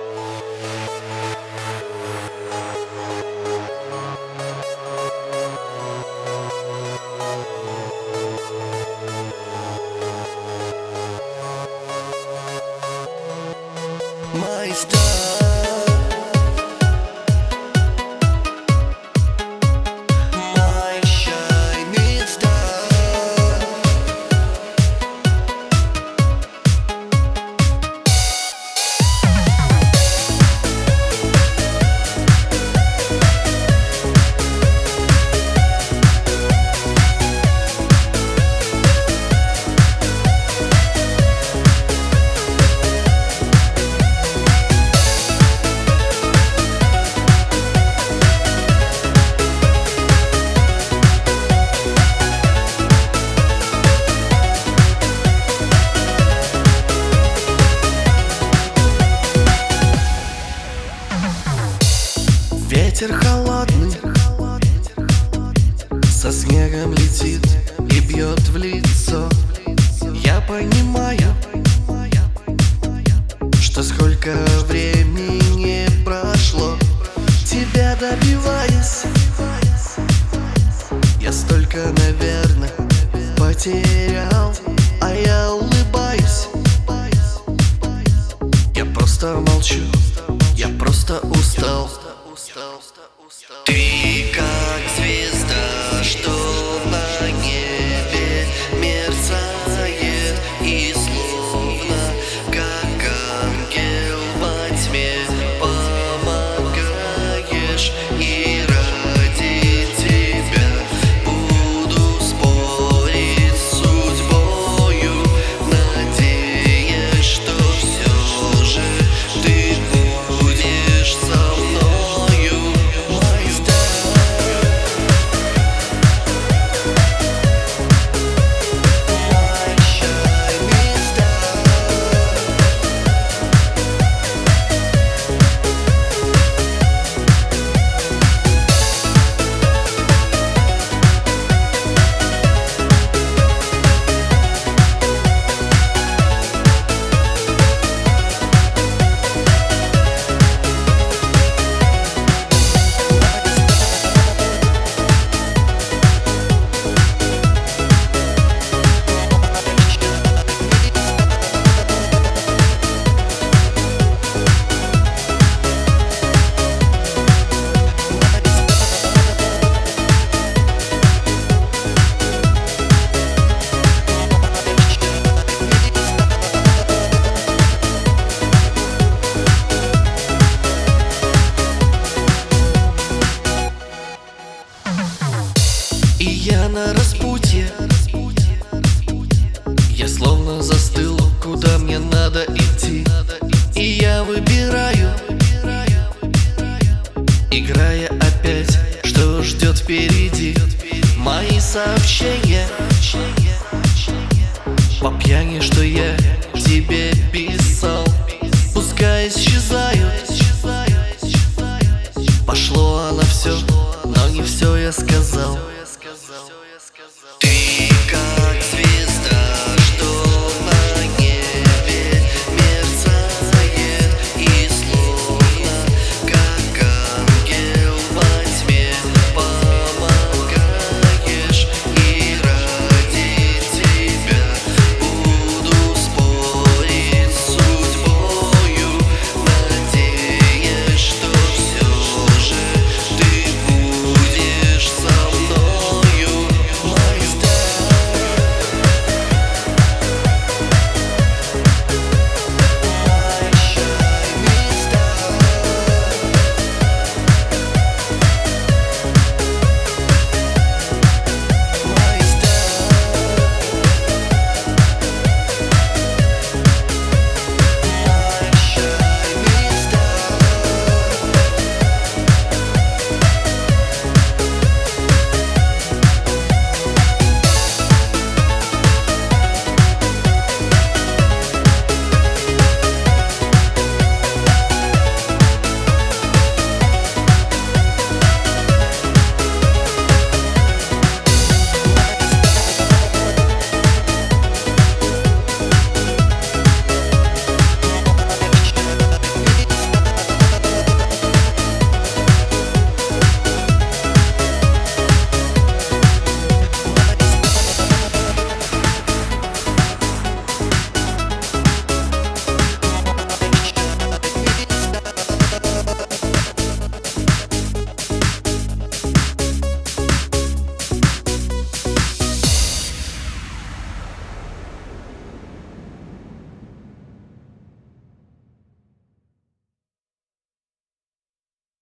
My star, my shining star. Ветер холодный со снегом летит и бьет в лицо. Я понимаю, что сколько времени прошло, тебя добиваясь. Я столько, наверное, потерял, а я улыбаюсь. Я просто молчу, я просто устал. Ты как звезда, что на небе мерцает, и словно как ангел во тьме помогаешь. И ради тебя буду спорить с судьбою, надеясь, что все же ты будешь со мною. И я на распутье, я словно застыл, куда мне надо идти. И я выбираю, играя опять, что ждет впереди. Мои сообщения по пьяни, что я тебе писал, пускай исчезают.